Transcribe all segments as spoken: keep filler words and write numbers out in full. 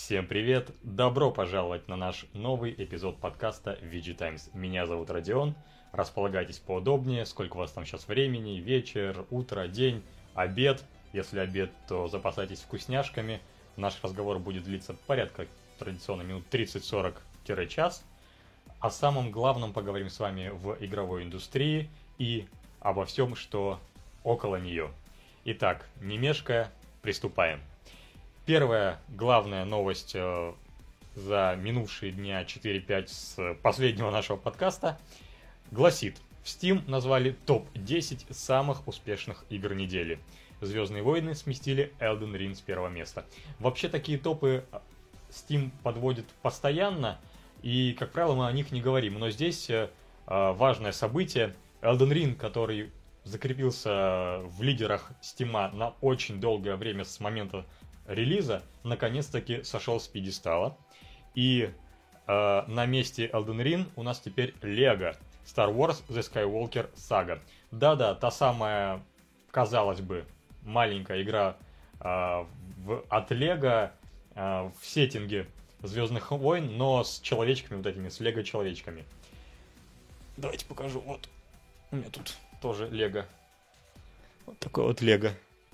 Всем привет! Добро пожаловать на наш новый эпизод подкаста ви джи Times. Меня зовут Родион. Располагайтесь поудобнее, сколько у вас там сейчас времени, вечер, утро, день, обед. Если обед, то запасайтесь вкусняшками. Наш разговор будет длиться порядка традиционно минут тридцать-сорок-час. О самом главном поговорим с вами в игровой индустрии и обо всем, что около нее. Итак, не мешкая, приступаем. Первая главная новость э, за минувшие дня четыре-пять с последнего нашего подкаста гласит: в Steam назвали топ десять самых успешных игр недели. Звездные войны сместили Elden Ring с первого места. Вообще такие топы Steam подводит постоянно, и, как правило, мы о них не говорим. Но здесь э, важное событие. Elden Ring, который закрепился в лидерах Steam на очень долгое время с момента релиза, наконец-таки сошел с пьедестала. И э, на месте Elden Ring у нас теперь Lego Star Wars The Skywalker Saga. Да-да, та самая, казалось бы, маленькая игра э, в, от Lego э, в сеттинге Звездных войн, но с человечками вот этими, с Лего-человечками. Давайте покажу. Вот, у меня тут тоже Lego. Вот такой вот Lego.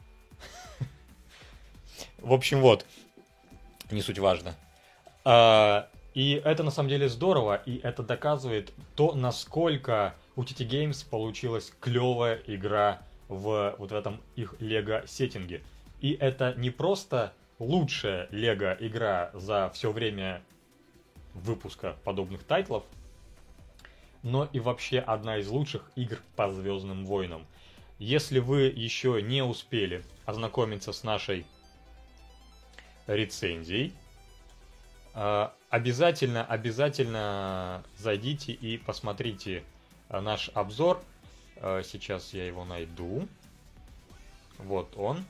В общем, вот, не суть важно. А, и это на самом деле здорово, и это доказывает то, насколько у ти ти Games получилась клевая игра в вот в этом их лего-сеттинге. И это не просто лучшая лего-игра за все время выпуска подобных тайтлов, но и вообще одна из лучших игр по Звездным войнам. Если вы еще не успели ознакомиться с нашей рецензий, обязательно, обязательно зайдите и посмотрите наш обзор. Сейчас я его найду. Вот он.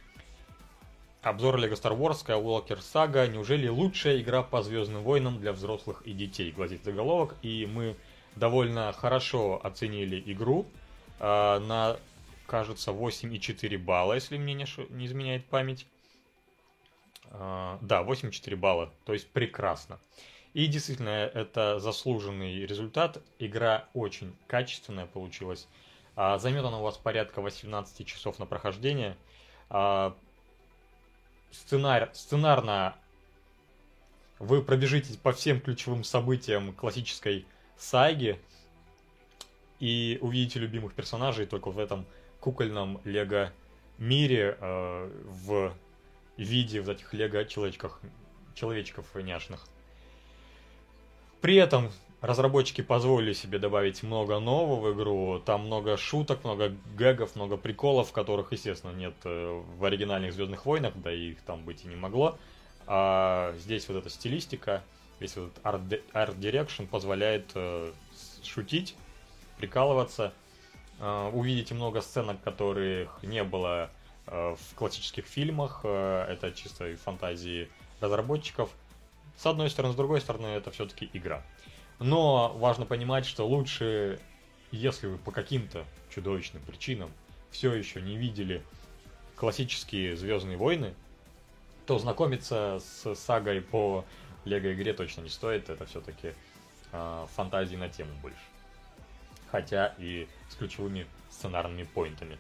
Обзор Lego Star Wars Skywalker Saga. Неужели лучшая игра по Звездным войнам для взрослых и детей? Гласит заголовок. И мы довольно хорошо оценили игру. На, кажется, восемь и четыре балла, если мне не, ш... не изменяет память. Uh, да, восемь и четыре балла, то есть прекрасно. И действительно, это заслуженный результат. Игра очень качественная получилась. Uh, займет она у вас порядка восемнадцать часов на прохождение. Uh, сценарь, сценарно вы пробежитесь по всем ключевым событиям классической саги и увидите любимых персонажей только в этом кукольном лего мире uh, в в виде вот этих лего-человечков, человечков няшных. При этом разработчики позволили себе добавить много нового в игру. Там много шуток, много гэгов, много приколов, которых, естественно, нет в оригинальных Звездных войнах, да и их там быть и не могло. А здесь вот эта стилистика, весь вот этот арт-дирекшн позволяет шутить, прикалываться. Увидите много сценок, которых не было в классических фильмах. Это чисто фантазии разработчиков. С одной стороны, с другой стороны, это все-таки игра. Но важно понимать, что лучше, если вы по каким-то чудовищным причинам все еще не видели классические Звездные войны, то знакомиться с сагой по лего-игре точно не стоит. Это все-таки э, фантазии на тему больше. Хотя и с ключевыми сценарными поинтами.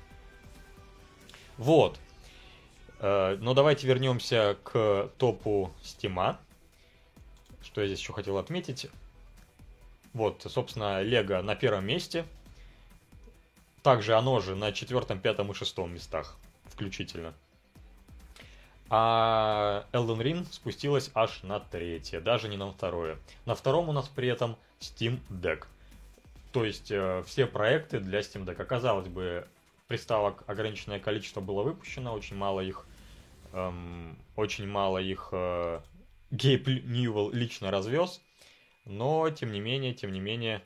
Вот. Но давайте вернемся к топу Steam. Что я здесь еще хотел отметить. Вот, собственно, Lego на первом месте. Также оно же на четвертом, пятом и шестом местах включительно. А Elden Ring спустилась аж на третье, даже не на второе. На втором у нас при этом Steam Deck. То есть все проекты для Steam Deck. Казалось бы, приставок ограниченное количество было выпущено, очень мало их, эм, очень мало их э, Гейб Ньюэлл лично развез, но тем не менее, тем не менее,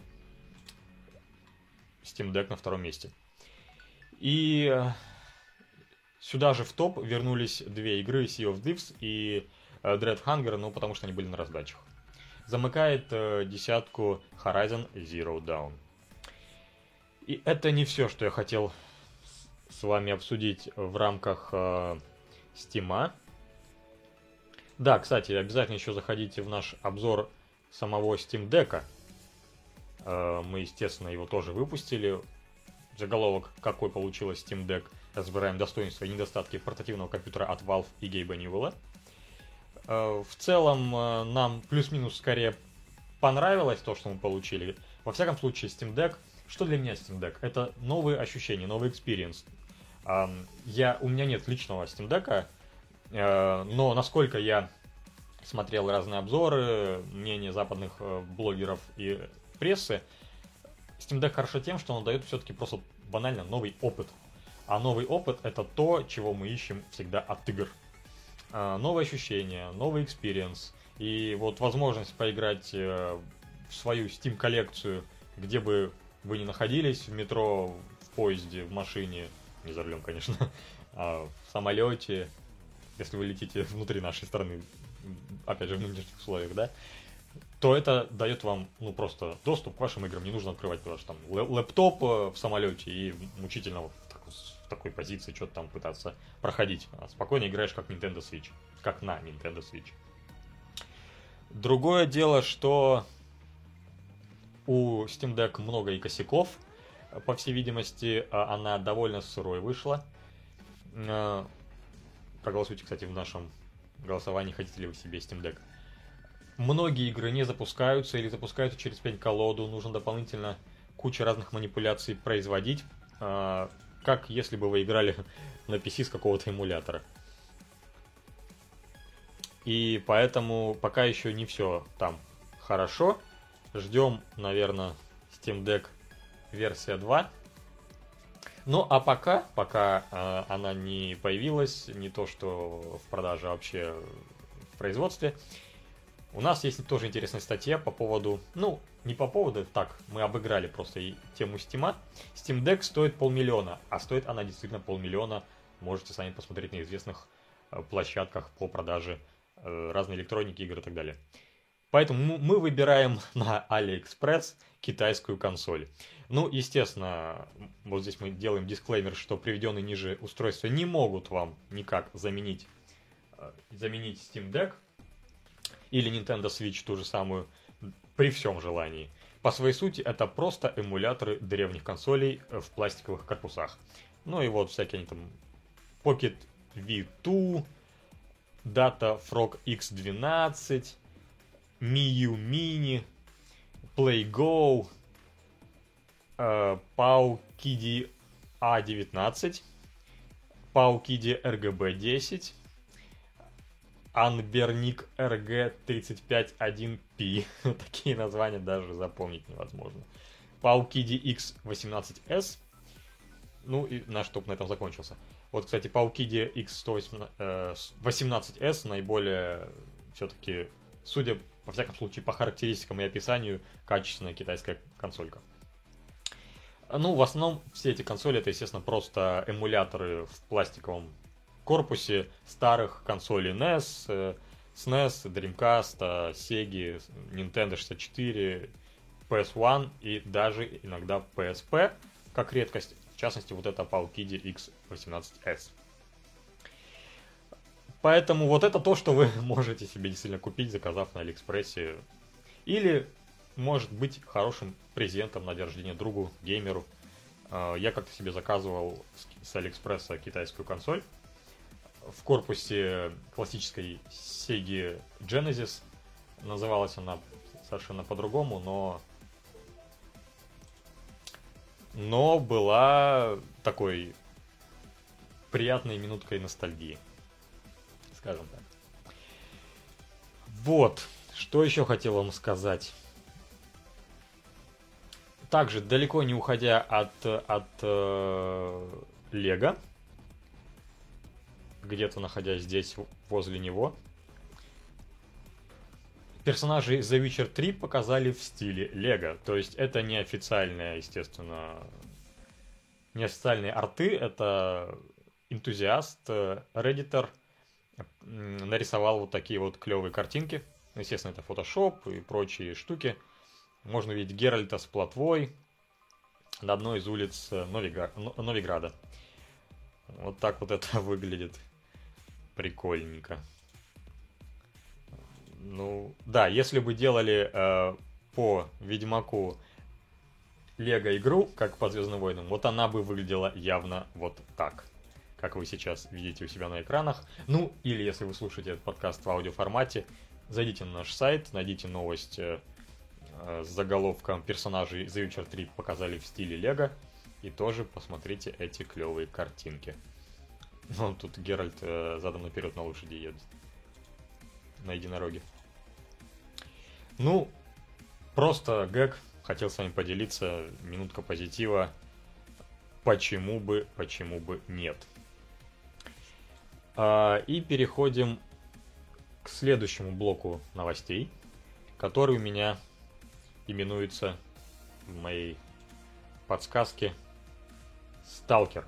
Steam Deck на втором месте. И э, сюда же в топ вернулись две игры, Sea of Thieves и э, Dread Hunger, ну потому что они были на раздачах. Замыкает э, десятку Horizon Zero Dawn. И это не все, что я хотел с вами обсудить в рамках э, Steam. Да, кстати, обязательно еще заходите в наш обзор самого Steam Deck. Мы, естественно, его тоже выпустили. Заголовок «Какой получилось Steam Deck?» Разбираем достоинства и недостатки портативного компьютера от Valve и Гейба Ньюэлла. В целом, нам плюс-минус скорее понравилось то, что мы получили. Во всяком случае, Steam Deck... Что для меня Steam Deck? Это новые ощущения, новый экспириенс. Я, у меня нет личного Steam Deck, но насколько я смотрел разные обзоры, мнения западных блогеров и прессы, Steam Deck хорошо тем, что он дает все-таки просто банально новый опыт. А новый опыт — это то, чего мы ищем всегда от игр. Новые ощущения, новый экспириенс. И вот возможность поиграть в свою Steam-коллекцию, где бы вы ни находились, в метро, в поезде, в машине, не за рулем, конечно, а в самолете, если вы летите внутри нашей страны, опять же, в нынешних условиях, да, то это дает вам, ну, просто доступ к вашим играм. Не нужно открывать, потому что там лэптоп в самолете и мучительно в, так, в такой позиции что-то там пытаться проходить. А спокойно играешь как Nintendo Switch, как на Nintendo Switch. Другое дело, что у Steam Deck много и косяков. По всей видимости, она довольно сырой вышла. Проголосуйте, кстати, в нашем голосовании, хотите ли вы себе Steam Deck. Многие игры не запускаются или запускаются через пень-колоду. Нужно дополнительно кучу разных манипуляций производить, как если бы вы играли на пи си с какого-то эмулятора. И поэтому пока еще не все там хорошо. Ждем, наверное, Steam Deck версия два. Ну, а пока, пока э, она не появилась, не то что в продаже, а вообще в производстве, у нас есть тоже интересная статья по поводу, ну, не по поводу, так, мы обыграли просто и тему Steam. Steam Deck стоит полмиллиона, а стоит она действительно полмиллиона. Можете сами посмотреть на известных э, площадках по продаже э, разной электроники, игр и так далее. Поэтому мы выбираем на AliExpress китайскую консоль. Ну, естественно, вот здесь мы делаем дисклеймер, что приведенные ниже устройства не могут вам никак заменить, заменить Steam Deck или Nintendo Switch ту же самую при всем желании. По своей сути, это просто эмуляторы древних консолей в пластиковых корпусах. Ну и вот всякие они там Pocket ви два, Data Frog икс двенадцать, Miu Mini, PlayGo, э, PowKiddy а девятнадцать, PowKiddy эр джи би десять, Anbernic эр джи тридцать пять один пи. Такие названия даже запомнить невозможно. PowKiddy икс восемнадцать эс. Ну и наш топ на этом закончился. Вот, кстати, PowKiddy икс восемнадцать эс наиболее все-таки, судя во всяком случае по характеристикам и описанию, качественная китайская консолька. Ну, в основном все эти консоли — это, естественно, просто эмуляторы в пластиковом корпусе старых консолей эн и эс, эс эн и эс, Dreamcast, Sega, Nintendo шестьдесят четыре, пи эс один и даже иногда пи эс пи, как редкость, в частности, вот это PowKiddy икс восемнадцать эс. Поэтому вот это то, что вы можете себе действительно купить, заказав на Алиэкспрессе. Или может быть хорошим презентом на день рождения другу, геймеру. Я как-то себе заказывал с Алиэкспресса китайскую консоль. В корпусе классической Sega Genesis. Называлась она совершенно по-другому, но... Но была такой приятной минуткой ностальгии, скажем так. Вот, что еще хотел вам сказать. Также, далеко не уходя от, от э, Лего, где-то находясь здесь, возле него, персонажей The Witcher три показали в стиле Лего. То есть это не официальные, естественно, не официальные арты, это энтузиаст, реддитор нарисовал вот такие вот клевые картинки. Естественно, это Photoshop и прочие штуки. Можно увидеть Геральта с плотвой на одной из улиц Новиграда. Вот так вот это выглядит прикольненько. Ну, да, если бы делали э, по Ведьмаку Лего игру, как по Звездным войнам, вот она бы выглядела явно вот так, как вы сейчас видите у себя на экранах. Ну, или если вы слушаете этот подкаст в аудиоформате, зайдите на наш сайт, найдите новость э, с заголовком «Персонажей The Witcher три показали в стиле Лего», и тоже посмотрите эти клевые картинки. Ну, тут Геральт э, задом наперед на лошади едет. На единороге. Ну, просто гэг. Хотел с вами поделиться. Минутка позитива. Почему бы, почему бы нет. А, и переходим к следующему блоку новостей, который у меня именуется в моей подсказке «Сталкер».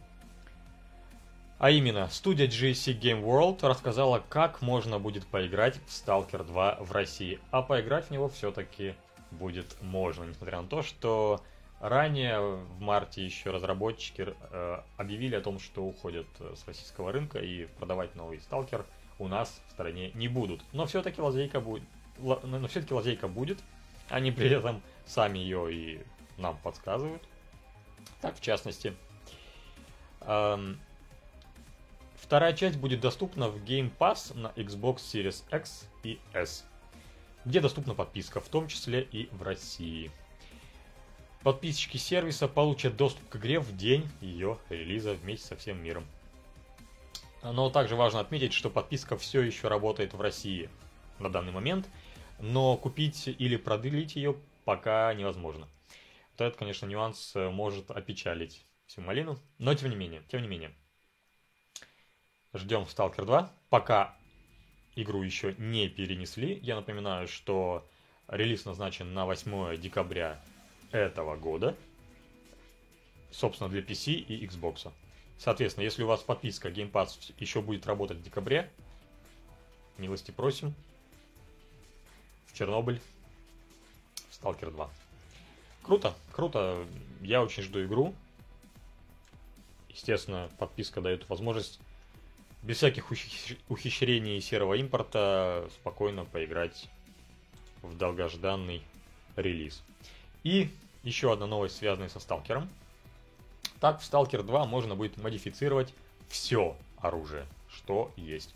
А именно, студия джи эс си Game World рассказала, как можно будет поиграть в Сталкер два в России. А поиграть в него все-таки будет можно, несмотря на то, что ранее, в марте, еще разработчики э, объявили о том, что уходят с российского рынка и продавать новый Сталкер у нас в стране не будут. Но все-таки лазейка будет. Но все-таки лазейка будет. Они при этом сами ее и нам подсказывают. Так, в частности. Эм, Вторая часть будет доступна в Game Pass на Xbox Series X и S, где доступна подписка, в том числе и в России. Подписчики сервиса получат доступ к игре в день ее релиза вместе со всем миром. Но также важно отметить, что подписка все еще работает в России на данный момент, но купить или продлить ее пока невозможно. Вот этот, конечно, нюанс может опечалить всю малину, но тем не менее, тем не менее. Ждем Сталкер два, пока игру еще не перенесли. Я напоминаю, что релиз назначен на восьмое декабря этого года. Собственно, для пи си и Xbox. Соответственно, если у вас подписка Game Pass еще будет работать в декабре, милости просим в Чернобыль, в Сталкер два. Круто, круто. Я очень жду игру. Естественно, подписка дает возможность без всяких ухищрений и серого импорта спокойно поиграть в долгожданный релиз. И еще одна новость, связанная со Сталкером. Так, в Сталкер два можно будет модифицировать все оружие, что есть.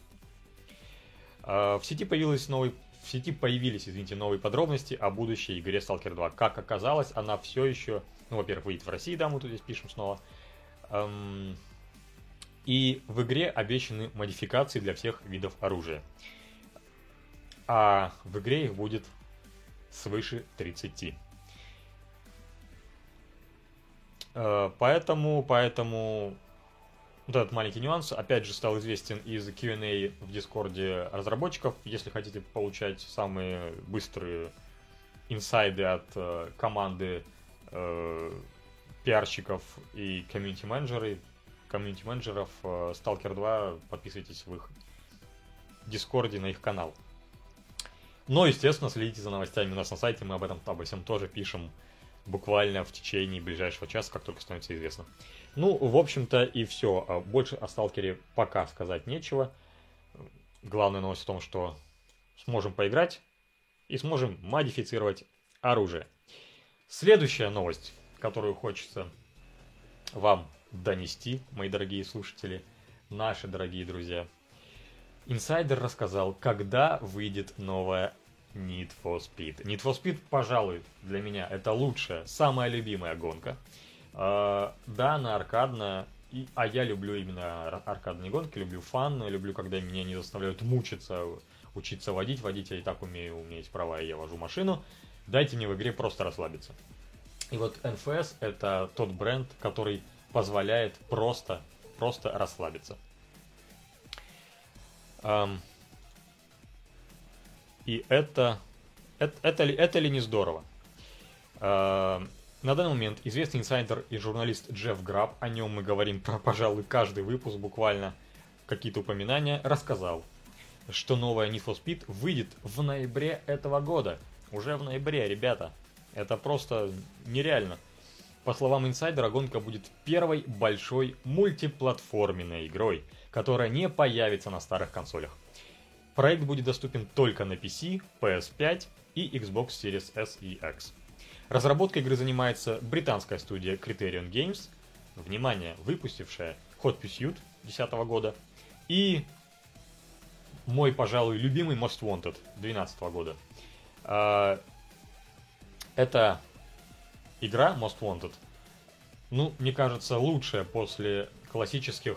В сети появились новые, в сети появились, извините, новые подробности о будущей игре Сталкер два. Как оказалось, она все еще, ну, во-первых, выйдет в России, да, мы тут здесь пишем снова. Эм, И в игре обещаны модификации для всех видов оружия. А в игре их будет свыше тридцати. Поэтому, поэтому вот этот маленький нюанс, опять же, стал известен из кью энд эй в Дискорде разработчиков. Если хотите получать самые быстрые инсайды от э, команды э, пиарщиков и комьюнити-менеджеров, комьюнити-менеджеров Сталкер два, подписывайтесь в их Дискорде на их канал. Но, естественно, следите за новостями у нас на сайте, мы об этом обо всем тоже пишем буквально в течение ближайшего часа, как только становится известно. Ну, в общем-то, и все. Больше о Сталкере пока сказать нечего. Главная новость в том, что сможем поиграть и сможем модифицировать оружие. Следующая новость, которую хочется вам донести, мои дорогие слушатели, наши дорогие друзья. Инсайдер рассказал, когда выйдет новая Need for Speed. Need for Speed, пожалуй, для меня это лучшая, самая любимая гонка. Uh, да, она аркадная, и, а я люблю именно аркадные гонки, люблю фан, люблю, когда меня не заставляют мучиться, учиться водить. Водить я и так умею, у меня есть права, и я вожу машину. Дайте мне в игре просто расслабиться. И вот эн эф эс это тот бренд, который позволяет просто, просто расслабиться. Um, и это, это, это, ли, это ли не здорово? Uh, на данный момент известный инсайдер и журналист Джефф Граб, о нем мы говорим, про, пожалуй, каждый выпуск, буквально какие-то упоминания, рассказал, что новая Need for Speed выйдет в ноябре этого года. Уже в ноябре, ребята. Это просто нереально. По словам инсайдера, гонка будет первой большой мультиплатформенной игрой, которая не появится на старых консолях. Проект будет доступен только на пи си, пи эс пять и Xbox Series S и X. Разработкой игры занимается британская студия Criterion Games, внимание, выпустившая Hot Pursuit две тысячи десятого года и мой, пожалуй, любимый Most Wanted две тысячи двенадцатого года. Это игра Most Wanted, ну, мне кажется, лучшая после классических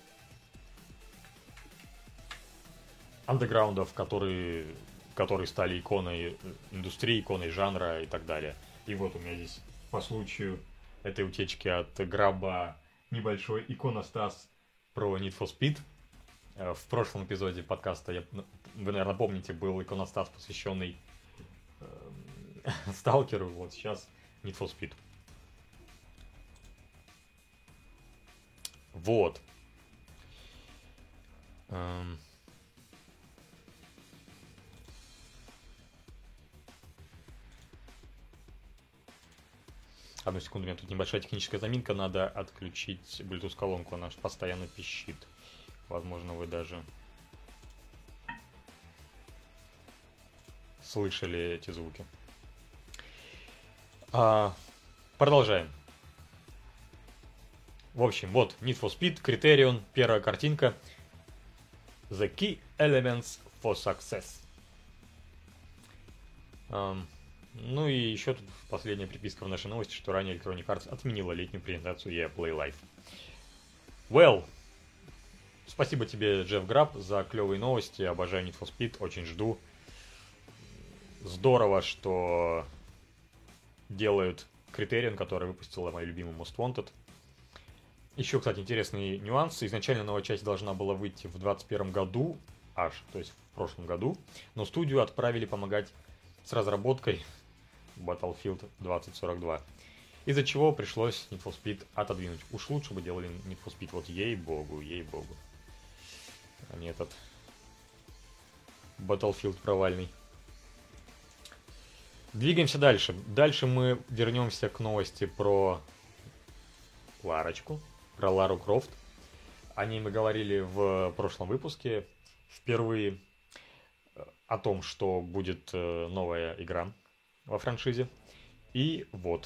андеграундов, которые, которые стали иконой индустрии, иконой жанра и так далее. И вот у меня здесь по случаю этой утечки от Граба небольшой иконостас про Need for Speed. В прошлом эпизоде подкаста, я, вы, наверное, помните, был иконостас, посвященный э, Сталкеру. Вот сейчас Need for Speed. Вот. Эм. Одну секунду, у меня тут небольшая техническая заминка, надо отключить Bluetooth-колонку, она постоянно пищит. Возможно, вы даже слышали эти звуки. А, продолжаем. В общем, вот Need for Speed, Criterion, первая картинка. The Key Elements for Success. Um, ну и еще тут последняя приписка в нашей новости, что ранее Electronic Arts отменила летнюю презентацию и и эй Play Live. Well, спасибо тебе, Джефф Граб, за клевые новости. Обожаю Need for Speed, очень жду. Здорово, что делают Criterion, который выпустила мою любимую Most Wanted. Еще, кстати, интересный нюанс. Изначально новая часть должна была выйти в двадцать первом году, аж, то есть в прошлом году, но студию отправили помогать с разработкой Battlefield двадцать сорок два. Из-за чего пришлось Need for Speed отодвинуть. Уж лучше бы делали Need for Speed, вот ей-богу, ей-богу. А не этот Battlefield провальный. Двигаемся дальше. Дальше мы вернемся к новости про Ларочку, про Лару Крофт. О ней мы говорили в прошлом выпуске. Впервые о том, что будет новая игра во франшизе. И вот.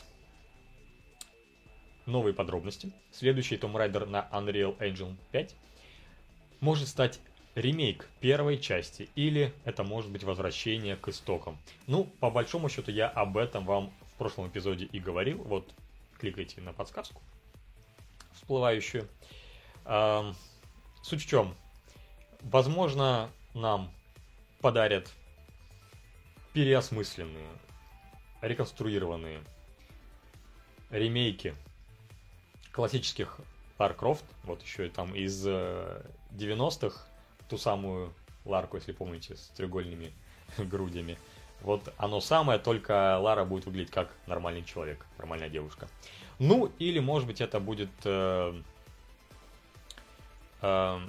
Новые подробности. Следующий Tomb Raider на Unreal Engine пять может стать ремейк первой части, или это может быть возвращение к истокам. Ну, по большому счету, я об этом вам в прошлом эпизоде и говорил. Вот, кликайте на подсказку всплывающую. Эм, суть в чем? Возможно, нам подарят переосмысленные, реконструированные ремейки классических Лар Крофт, вот еще и там из девяностых, ту самую Ларку, если помните, с треугольными грудями. Вот оно самое, только Лара будет выглядеть как нормальный человек, нормальная девушка. Ну, или, может быть, это будет э, э,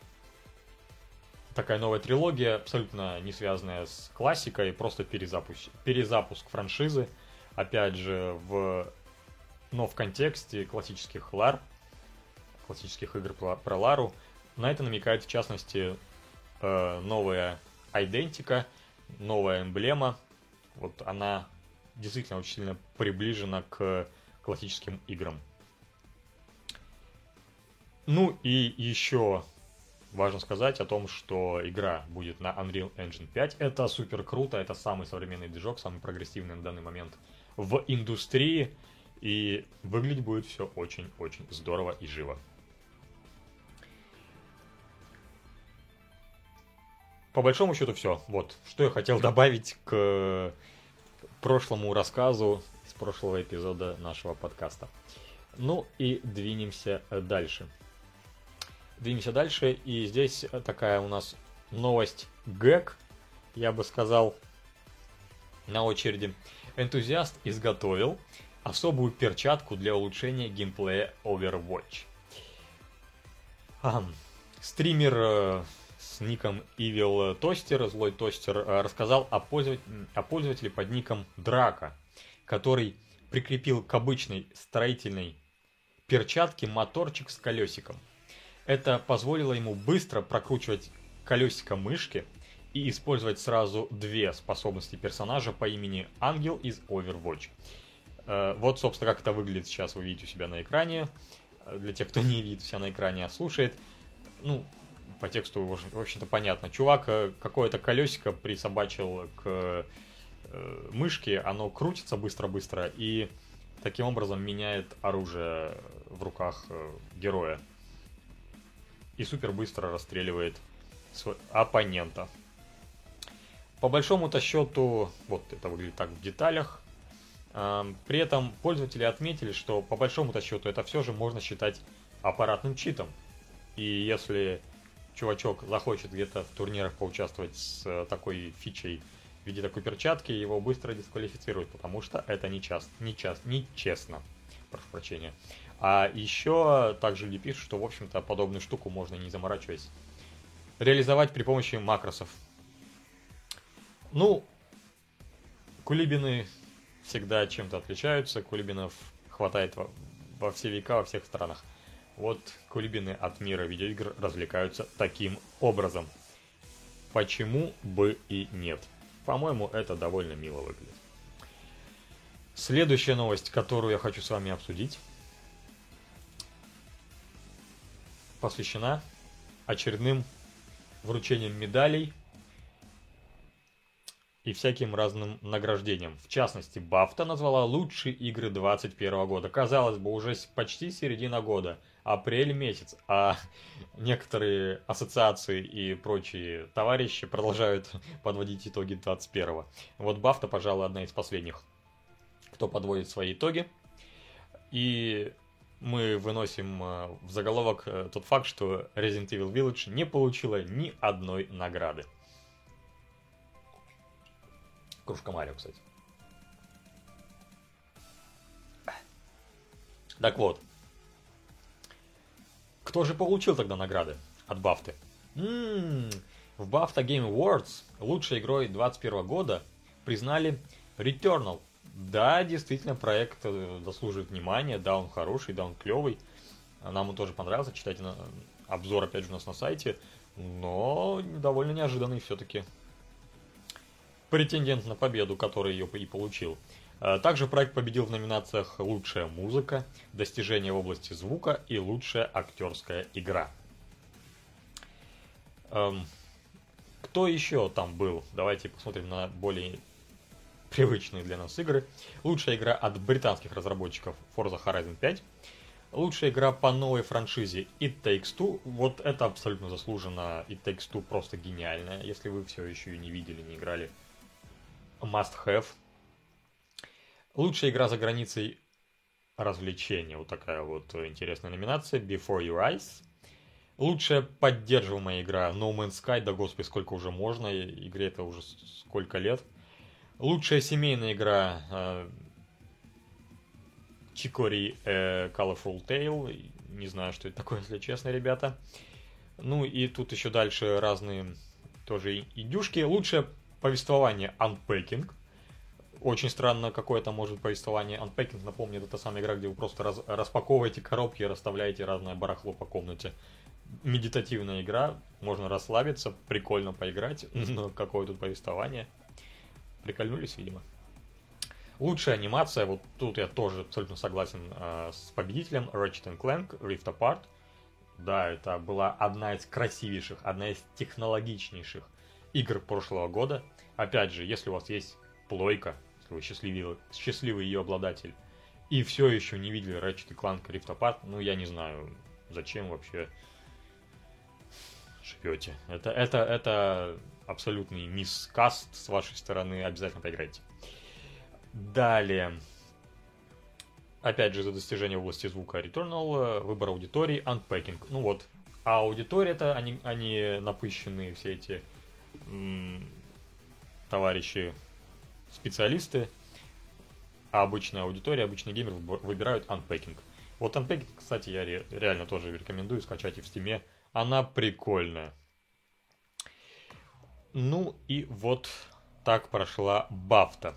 такая новая трилогия, абсолютно не связанная с классикой, просто перезапуск, перезапуск франшизы, опять же, в, но в контексте классических Лар, классических игр про, про Лару. На это намекает, в частности, э, новая идентика, новая эмблема. Вот она действительно очень сильно приближена к классическим играм. Ну и еще важно сказать о том, что игра будет на Unreal Engine пять. Это супер круто, это самый современный движок, самый прогрессивный на данный момент в индустрии. И выглядеть будет все очень-очень здорово и живо. По большому счету все. Вот, что я хотел добавить к прошлому рассказу с прошлого эпизода нашего подкаста. Ну и двинемся дальше. Двинемся дальше, и здесь такая у нас новость гэг, я бы сказал, на очереди. Энтузиаст изготовил особую перчатку для улучшения геймплея Overwatch. А, стример с ником Evil Toaster, злой тостер, рассказал о, пользователь, о пользователе под ником Драка, который прикрепил к обычной строительной перчатке моторчик с колесиком. Это позволило ему быстро прокручивать колесико мышки и использовать сразу две способности персонажа по имени Ангел из Overwatch. Вот, собственно, как это выглядит сейчас, вы видите у себя на экране. Для тех, кто не видит себя на экране, а слушает, ну, по тексту, в общем-то, понятно. Чувак какое-то колесико присобачил к мышке, оно крутится быстро-быстро и таким образом меняет оружие в руках героя. И супер быстро расстреливает оппонента. По большому-то счету, вот это выглядит так в деталях. При этом пользователи отметили, что по большому-то счету это все же можно считать аппаратным читом. И если чувачок захочет где-то в турнирах поучаствовать с такой фичей в виде такой перчатки, его быстро дисквалифицируют, потому что это не часто, не часто, нечестно. Прошу прощения. А еще также люди пишут, что в общем-то подобную штуку можно, не заморачиваясь, реализовать при помощи макросов. Ну, кулибины всегда чем-то отличаются, кулибинов хватает во, во все века, во всех странах. Вот кулибины от мира видеоигр развлекаются таким образом. Почему бы и нет? По-моему, это довольно мило выглядит. Следующая новость, которую я хочу с вами обсудить, посвящена очередным вручением медалей и всяким разным награждениям. В частности, Бафта назвала лучшие игры двадцать первого года. Казалось бы, уже почти середина года, апрель месяц, а некоторые ассоциации и прочие товарищи продолжают подводить итоги двадцать первого. Вот Бафта, пожалуй, одна из последних, кто подводит свои итоги. И мы выносим в заголовок тот факт, что Resident Evil Village не получила ни одной награды. Кружка Марио, кстати. Так вот. Кто же получил тогда награды от Бафты? М-м-м, в Bafta Game Awards лучшей игрой двадцать первого года признали Returnal. Да, действительно, проект заслуживает внимания, да, он хороший, да, он клевый. Нам он тоже понравился, читайте на... обзор опять же у нас на сайте, но довольно неожиданный все-таки претендент на победу, который ее и получил. Также проект победил в номинациях «Лучшая музыка», «Достижения в области звука» и «Лучшая актерская игра». Кто еще там был? Давайте посмотрим на более привычные для нас игры. Лучшая игра от британских разработчиков Forza Horizon пять. Лучшая игра по новой франшизе It Takes Two. Вот это абсолютно заслуженно. It Takes Two просто гениальная. Если вы все еще ее не видели, не играли, must have. Лучшая игра за границей развлечения. Вот такая вот интересная номинация. Before Your Eyes. Лучшая поддерживаемая игра No Man's Sky. Да господи, сколько уже можно. Игре это уже сколько лет. Лучшая семейная игра э, Chicory э, Colorful Tale. Не знаю, что это такое, если честно, ребята. Ну и тут еще дальше разные тоже идюшки. Лучшее повествование Unpacking. Очень странно, какое это может повествование. Unpacking, напомню, это та самая игра, где вы просто раз, распаковываете коробки и расставляете разное барахло по комнате. Медитативная игра, можно расслабиться, прикольно поиграть, но какое тут повествование. Прикольнулись, видимо. Лучшая анимация, вот тут я тоже абсолютно согласен э, с победителем. Ratchet энд Clank Rift Apart. Да, это была одна из красивейших, одна из технологичнейших игр прошлого года. Опять же, если у вас есть плойка, если вы счастливый, счастливый ее обладатель, и все еще не видели Ratchet энд Clank Rift Apart, ну я не знаю, зачем вообще живете. Это, это, это абсолютный мискаст с вашей стороны, обязательно поиграйте. Далее. Опять же, за достижение в области звука Returnal, выбор аудитории, Unpacking. Ну вот, а аудитория-то, они, они напыщенные, все эти м- товарищи специалисты, а обычная аудитория, обычные геймеры выбирают Unpacking. Вот Unpacking, кстати, я ре- реально тоже рекомендую скачать и в Стиме. Она прикольная. Ну и вот так прошла Бафта.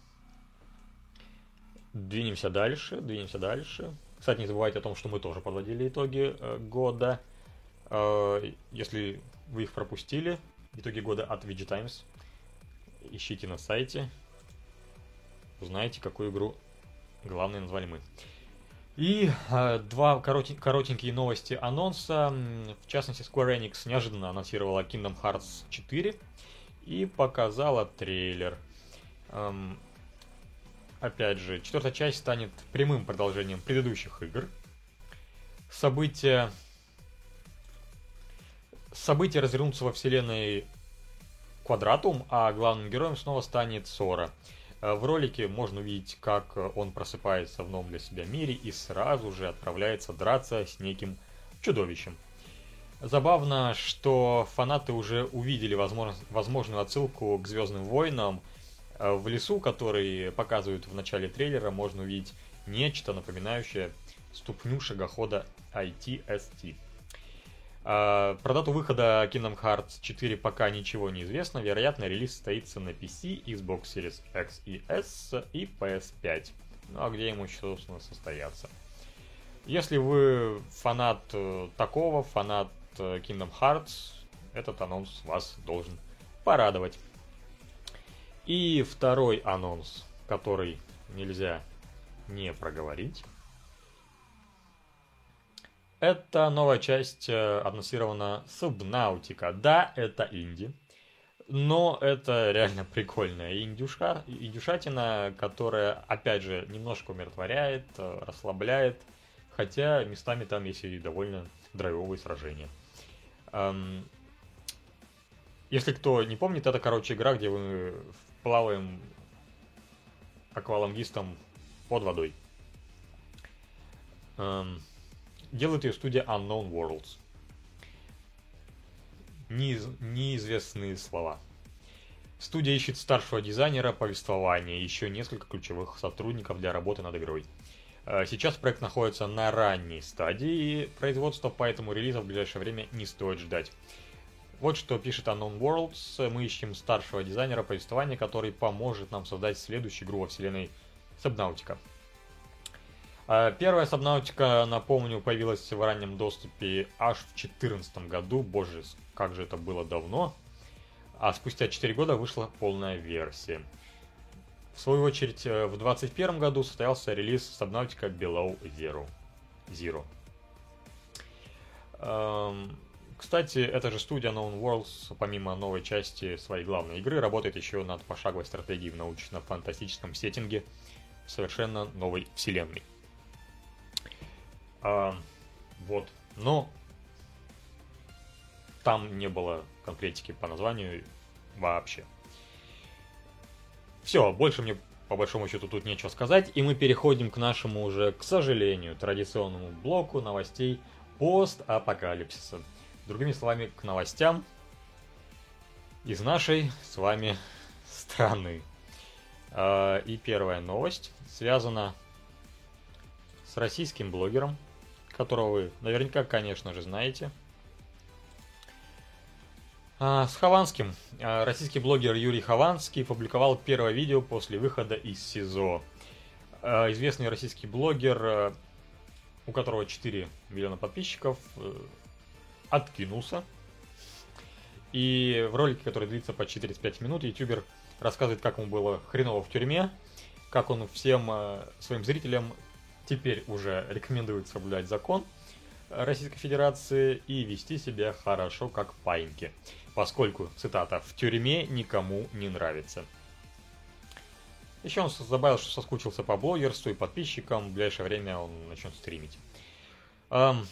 Двинемся дальше, двинемся дальше. Кстати, не забывайте о том, что мы тоже подводили итоги э, года. Э, если вы их пропустили, Итоги года от ви джи Times. Ищите на сайте. Узнаете, какую игру главной назвали мы. И э, два коротень, коротенькие новости анонса. В частности, Square Enix неожиданно анонсировала Kingdom Hearts четыре и показала трейлер. Эм, опять же, четвертая часть станет прямым продолжением предыдущих игр. События, события развернутся во вселенной Квадратум, а главным героем снова станет Сора. В ролике можно увидеть, как он просыпается в новом для себя мире и сразу же отправляется драться с неким чудовищем. Забавно, что фанаты уже увидели возможно, возможную отсылку к Звездным войнам. В лесу, который показывают в начале трейлера, можно увидеть нечто, напоминающее ступню шагохода ай ти эс ти. Про дату выхода Kingdom Hearts четыре пока ничего не известно. Вероятно, релиз состоится на пи си, Xbox Series X и S и пи эс пять. Ну а где ему, собственно, состояться? Если вы фанат такого, фанат Kingdom Hearts, этот анонс вас должен порадовать. И второй анонс, который нельзя не проговорить. Это новая часть э, анонсирована Subnautica. Да, это инди, но это реально прикольная индюшка, индюшатина, которая, опять же, немножко умиротворяет, э, расслабляет, хотя местами там есть и довольно драйвовые сражения. Эм, если кто не помнит, это, короче, игра, где мы плаваем аквалангистом под водой. Эм, Делает ее студия Unknown Worlds. Неиз... Неизвестные слова. Студия ищет старшего дизайнера повествования и еще несколько ключевых сотрудников для работы над игрой. Сейчас проект находится на ранней стадии производства, поэтому релиза в ближайшее время не стоит ждать. Вот что пишет Unknown Worlds. Мы ищем старшего дизайнера повествования, который поможет нам создать следующую игру во вселенной Subnautica. Первая Subnautica, напомню, появилась в раннем доступе аж в две тысячи четырнадцатом году. Боже, как же это было давно. А спустя четыре года вышла полная версия. В свою очередь, в две тысячи двадцать первом году состоялся релиз Subnautica Below Zero. Zero. Эм, кстати, эта же студия Unknown Worlds, помимо новой части своей главной игры, работает еще над пошаговой стратегией в научно-фантастическом сеттинге совершенно новой вселенной. А, вот, но там не было конкретики по названию вообще. Все, больше мне по большому счету тут нечего сказать, и мы переходим к нашему уже, к сожалению, традиционному блоку новостей постапокалипсиса. Другими словами, к новостям из нашей с вами страны. А, и первая новость связана с российским блогером, которого вы наверняка, конечно же, знаете. А, с Хованским. А, российский блогер Юрий Хованский публиковал первое видео после выхода из СИЗО. А, известный российский блогер, у которого четыре миллиона подписчиков, откинулся. И в ролике, который длится почти тридцать пять минут, ютубер рассказывает, как ему было хреново в тюрьме, как он всем своим зрителям теперь уже рекомендует соблюдать закон Российской Федерации и вести себя хорошо, как паиньки, поскольку, цитата, «в тюрьме никому не нравится». Еще он добавил, что соскучился по блогерству и подписчикам, в ближайшее время он начнет стримить. Эм...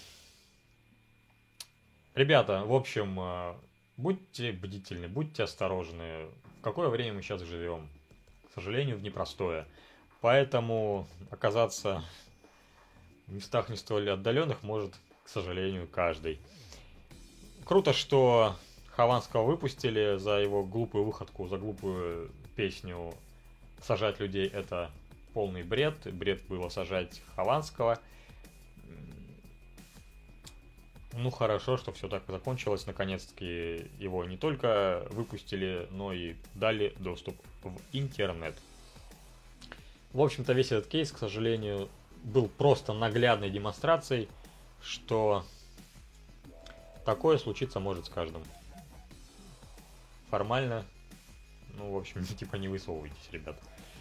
Ребята, в общем, будьте бдительны, будьте осторожны. В какое время мы сейчас живем? К сожалению, в непростое. Поэтому оказаться в местах не столь отдаленных может, к сожалению, каждый. Круто, что Хованского выпустили за его глупую выходку, за глупую песню «Сажать людей» — это полный бред. Бред было сажать Хованского. Ну, хорошо, что все так закончилось. Наконец-таки его не только выпустили, но и дали доступ в интернет. В общем-то, весь этот кейс, к сожалению, был просто наглядной демонстрацией, что такое случиться может с каждым. формально, ну, в общем, типа не высовывайтесь, ребят.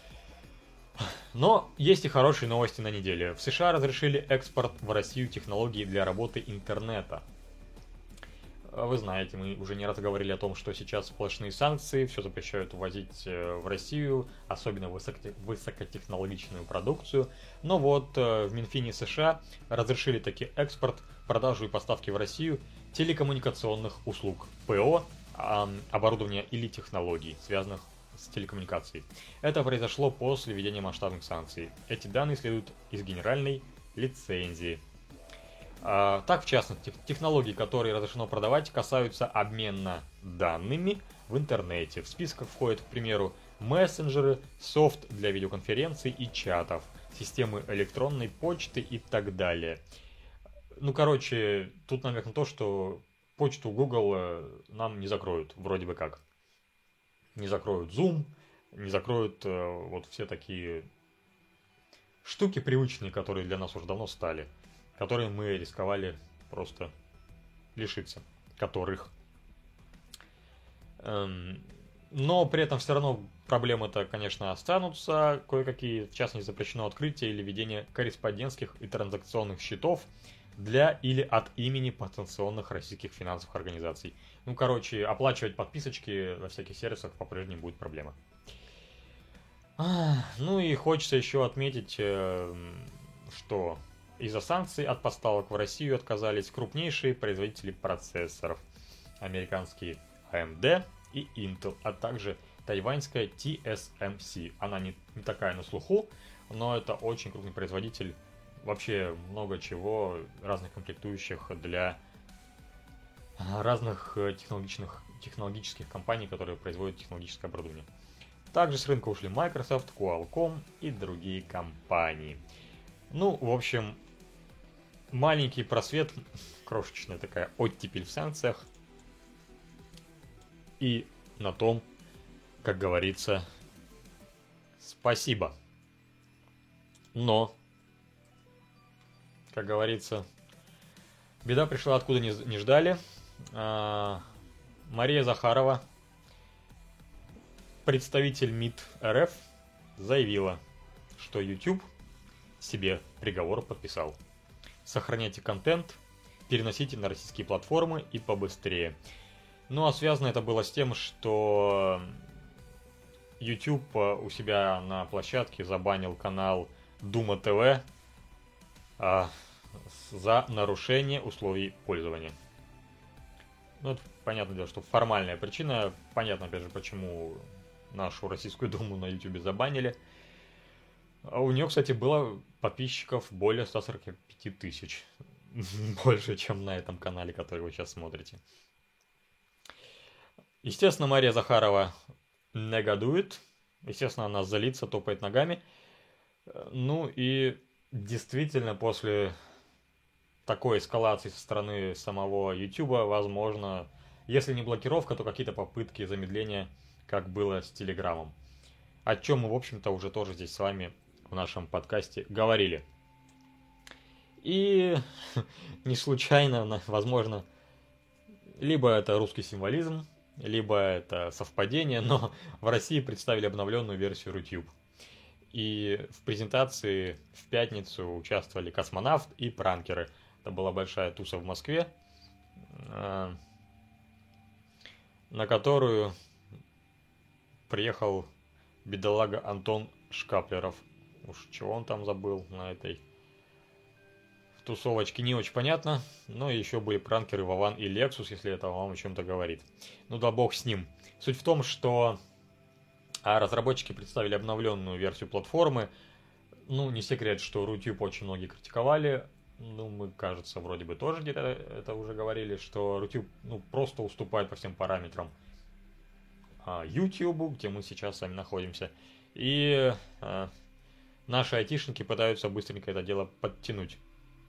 Но есть и хорошие новости на неделе. В США разрешили экспорт в Россию технологий для работы интернета. Вы знаете, мы уже не раз говорили о том, что сейчас сплошные санкции, все запрещают ввозить в Россию, особенно высокотехнологичную продукцию. Но вот в Минфине США разрешили таки экспорт, продажу и поставки в Россию телекоммуникационных услуг, ПО, оборудования или технологий, связанных с телекоммуникацией. Это произошло после введения масштабных санкций. Эти данные следуют из генеральной лицензии. А, так, в частности, технологии, которые разрешено продавать, касаются обмена данными в интернете. В список входят, к примеру, мессенджеры, софт для видеоконференций и чатов, системы электронной почты и так далее. Ну, короче, тут намек на то, что почту Google нам не закроют, вроде бы как. Не закроют Zoom, не закроют э, вот все такие штуки привычные, которые для нас уже давно стали, которые мы рисковали просто лишиться, которых. Эм, но при этом все равно проблемы-то, конечно, останутся кое-какие, в частности, запрещено открытие или ведение корреспондентских и транзакционных счетов для или от имени потенциальных российских финансовых организаций. Ну, короче, оплачивать подписочки во всяких сервисах по-прежнему будет проблема. А, ну и хочется еще отметить, что из-за санкций от поставок в Россию отказались крупнейшие производители процессоров. Американские эй эм ди и Intel, а также тайваньская ти эс эм си. Она не, не такая на слуху, но это очень крупный производитель вообще много чего, разных комплектующих для разных технологичных, технологических компаний, которые производят технологическое оборудование. Также с рынка ушли Microsoft, Qualcomm и другие компании. Ну, в общем, маленький просвет, крошечная такая оттепель в санкциях. И на том, как говорится, спасибо. Но, как говорится, беда пришла откуда не, не ждали. А, Мария Захарова, представитель МИД эр эф, заявила, что YouTube себе приговор подписал. Сохраняйте контент, переносите на российские платформы и побыстрее. Ну а связано это было с тем, что YouTube у себя на площадке забанил канал Дума ТВ а, за нарушение условий пользования. Ну, это понятное дело, что формальная причина. Понятно, опять же, почему нашу российскую Думу на YouTube забанили. А у нее, кстати, было подписчиков более ста сорока пяти тысяч. Больше, чем на этом канале, который вы сейчас смотрите. Естественно, Мария Захарова негодует. Естественно, она злится, топает ногами. Ну и действительно, после такой эскалации со стороны самого YouTube, возможно, если не блокировка, то какие-то попытки замедления, как было с Телеграмом. О чем мы, в общем-то, уже тоже здесь с вами в нашем подкасте говорили. И не случайно, возможно, либо это русский символизм, либо это совпадение, но в России представили обновленную версию Рутюб. И в презентации в пятницу участвовали космонавт и пранкеры. Это была большая туса в Москве, на которую приехал бедолага Антон Шкаплеров. Уж чего он там забыл на этой тусовочке, не очень понятно. Но еще были пранкеры Вован и Лексус, если это вам о чем-то говорит. Ну да бог с ним. Суть в том, что разработчики представили обновленную версию платформы. Ну, не секрет, что Рутюб очень многие критиковали. Ну, мы, кажется, вроде бы тоже где-то это уже говорили, что Рутюб ну, просто уступает по всем параметрам YouTube, где мы сейчас сами находимся. И а, наши айтишники пытаются быстренько это дело подтянуть,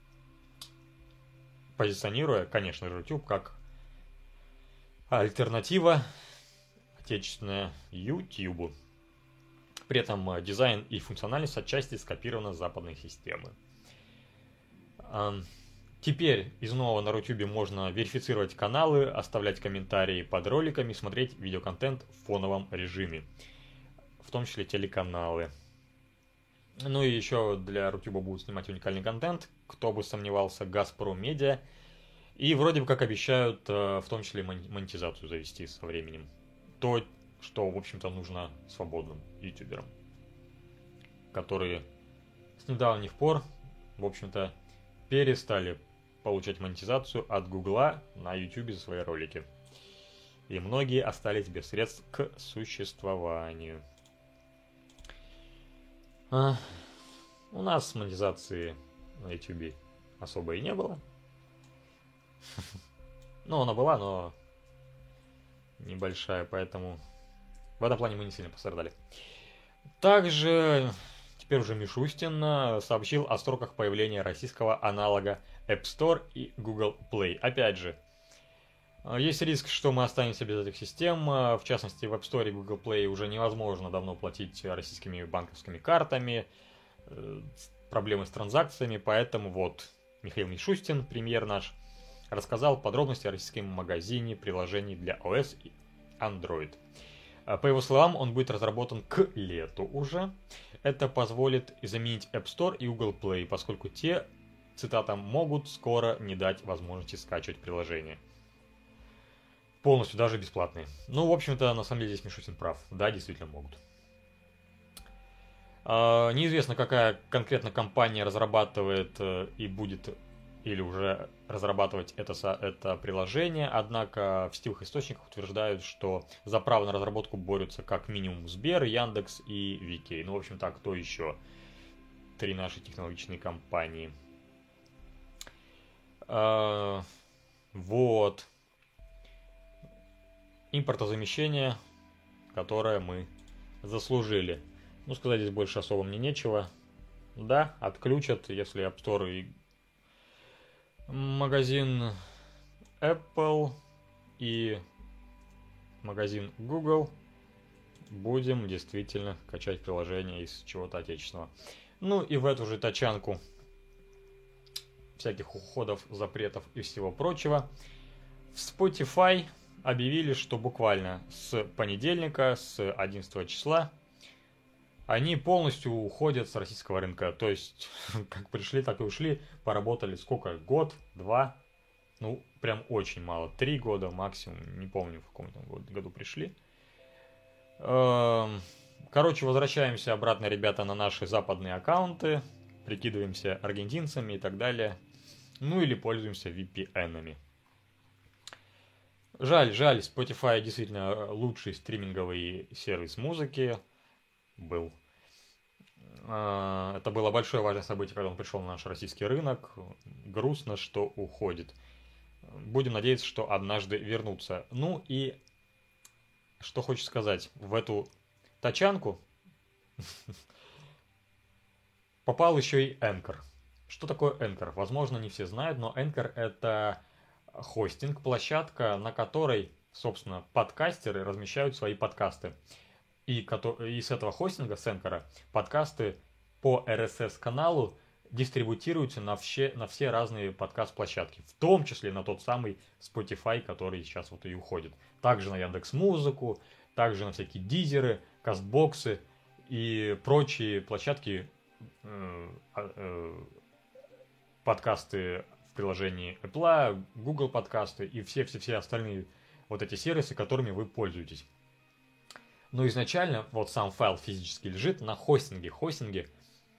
позиционируя, конечно же, Рутюб как альтернатива отечественная YouTube. При этом дизайн и функциональность отчасти скопированы с западной системы. Теперь из нового на Рутюбе можно верифицировать каналы, оставлять комментарии под роликами, смотреть видеоконтент в фоновом режиме, в том числе телеканалы. Ну и еще для Рутюба будут снимать уникальный контент, кто бы сомневался, Газпром Медиа. И вроде бы как обещают в том числе монетизацию завести со временем. То, что, в общем-то, нужно свободным ютуберам, которые с недавних пор, в общем-то, перестали получать монетизацию от Гугла на ютубе за свои ролики. И многие остались без средств к существованию. А, у нас монетизации на ютубе особо и не было. Ну, она была, но небольшая, поэтому в этом плане мы не сильно пострадали. Также теперь уже Мишустин сообщил о сроках появления российского аналога App Store и Google Play. Опять же, есть риск, что мы останемся без этих систем. В частности, в App Store и Google Play уже невозможно давно платить российскими банковскими картами. Проблемы с транзакциями, поэтому вот Михаил Мишустин, премьер наш, рассказал подробности о российском магазине приложений для iOS и Android. По его словам, он будет разработан к лету уже. Это позволит заменить App Store и Google Play, поскольку те, цитата, могут скоро не дать возможности скачивать приложения. Полностью, даже бесплатные. Ну, в общем-то, на самом деле здесь Мишустин прав. Да, действительно могут. Неизвестно, какая конкретно компания разрабатывает и будет или уже разрабатывать это, это приложение, однако в сетевых источниках утверждают, что за право на разработку борются как минимум Сбер, Яндекс и Викей. Ну, в общем так, кто еще? Три наши технологичные компании. А, вот. Импортозамещение, которое мы заслужили. Ну, сказать здесь больше особо мне нечего. Да, отключат, если App Store и магазин Apple и магазин Google будем действительно качать приложения из чего-то отечественного. Ну и в эту же тачанку всяких уходов, запретов и всего прочего в Spotify объявили, что буквально с понедельника, с одиннадцатого числа, они полностью уходят с российского рынка. То есть, как пришли, так и ушли. Поработали сколько? Год? Два? Ну, прям очень мало. Три года максимум. Не помню, в каком там году пришли. Короче, возвращаемся обратно, ребята, на наши западные аккаунты. Прикидываемся аргентинцами и так далее. Ну, или пользуемся ви пи эн-ами. Жаль, жаль. Spotify действительно лучший стриминговый сервис музыки. Был. Это было большое важное событие, когда он пришел на наш российский рынок. Грустно, что уходит. Будем надеяться, что однажды вернутся. Ну и что хочешь сказать, в эту тачанку попал еще и Anchor. Что такое Anchor? Возможно, не все знают, но Anchor — это хостинг, площадка, на которой, собственно, подкастеры размещают свои подкасты. И, и с этого хостинга, с Anchor, подкасты по эр эс эс-каналу дистрибутируются на все, на все разные подкаст-площадки, в том числе на тот самый Spotify, который сейчас вот и уходит. Также на Яндекс.Музыку, также на всякие дизеры, кастбоксы и прочие площадки, э, э, подкасты в приложении Apple, Google подкасты и все-все-все остальные вот эти сервисы, которыми вы пользуетесь. Но изначально вот сам файл физически лежит на хостинге. Хостинги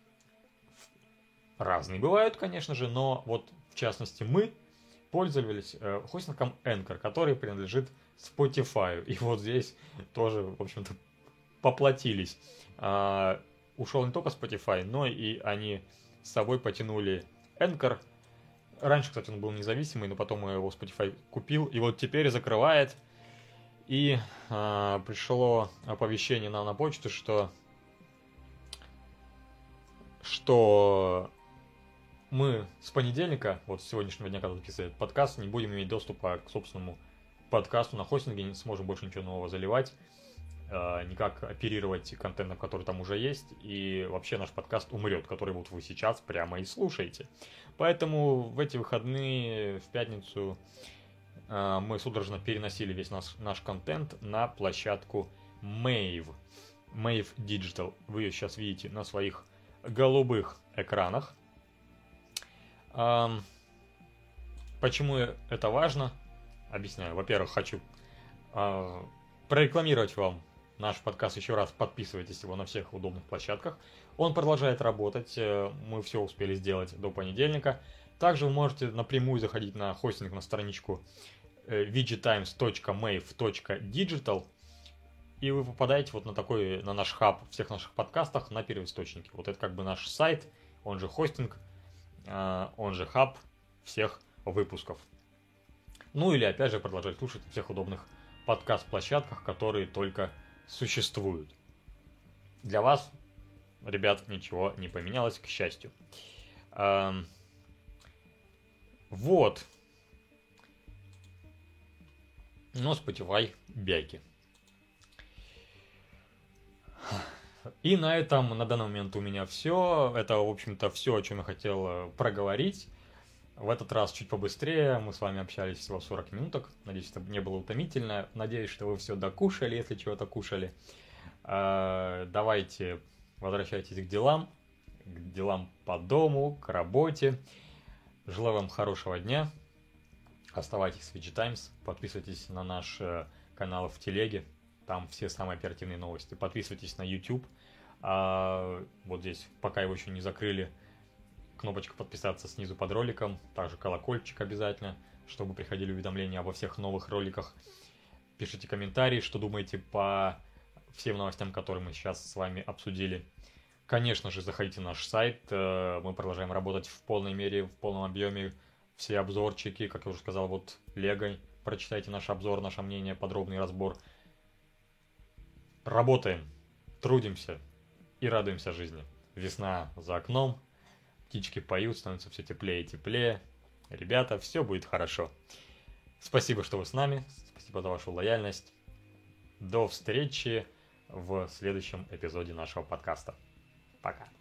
разные бывают, конечно же, но вот в частности мы пользовались э, хостингом Anchor, который принадлежит Spotify. И вот здесь тоже, в общем-то, поплатились. А, ушел не только Spotify, но и они с собой потянули Anchor. Раньше, кстати, он был независимый, но потом его Spotify купил. И вот теперь закрывает. И а, пришло оповещение нам на почту, что, что мы с понедельника, вот с сегодняшнего дня, когда записывает подкаст, не будем иметь доступа к собственному подкасту на хостинге, не сможем больше ничего нового заливать. э, никак оперировать контентом, который там уже есть, и вообще наш подкаст умрет, который вот вы сейчас прямо и слушаете. Поэтому в эти выходные, в пятницу, э, мы судорожно переносили весь наш, наш контент на площадку Mave. Mave Digital. Вы ее сейчас видите на своих голубых экранах. Эм, почему это важно? Объясняю. Во-первых, хочу э, прорекламировать вам наш подкаст еще раз. Подписывайтесь его на всех удобных площадках. Он продолжает работать. Мы все успели сделать до понедельника. Также вы можете напрямую заходить на хостинг, на страничку ви джи таймс точка мейв точка диджитал, и вы попадаете вот на такой, на наш хаб всех наших подкастах на первоисточнике. Вот это как бы наш сайт, он же хостинг, он же хаб всех выпусков. Ну или опять же продолжать слушать на всех удобных подкаст-площадках, которые только существуют. Для вас, ребят, ничего не поменялось, к счастью. Эм... Вот. Но Spotify бяйки. И на этом, на данный момент у меня все. Это, в общем-то, все, о чем я хотел проговорить. В этот раз чуть побыстрее. Мы с вами общались всего сорок минуток. Надеюсь, это не было утомительно. Надеюсь, что вы все докушали, если чего-то кушали. Давайте возвращайтесь к делам. К делам по дому, к работе. Желаю вам хорошего дня. Оставайтесь с ви джи Times. Подписывайтесь на наш канал в телеге. Там все самые оперативные новости. Подписывайтесь на YouTube. А, вот здесь, пока его еще не закрыли, кнопочка подписаться снизу под роликом. Также колокольчик обязательно, чтобы приходили уведомления обо всех новых роликах. Пишите комментарии, что думаете по всем новостям, которые мы сейчас с вами обсудили. Конечно же, заходите на наш сайт. Мы продолжаем работать в полной мере, в полном объеме. Все обзорчики, как я уже сказал, вот Лего. Прочитайте наш обзор, наше мнение, подробный разбор. Работаем, трудимся и радуемся жизни. Весна за окном, птички поют, становится все теплее и теплее. Ребята, все будет хорошо. Спасибо, что вы с нами, спасибо за вашу лояльность. До встречи в следующем эпизоде нашего подкаста. Пока.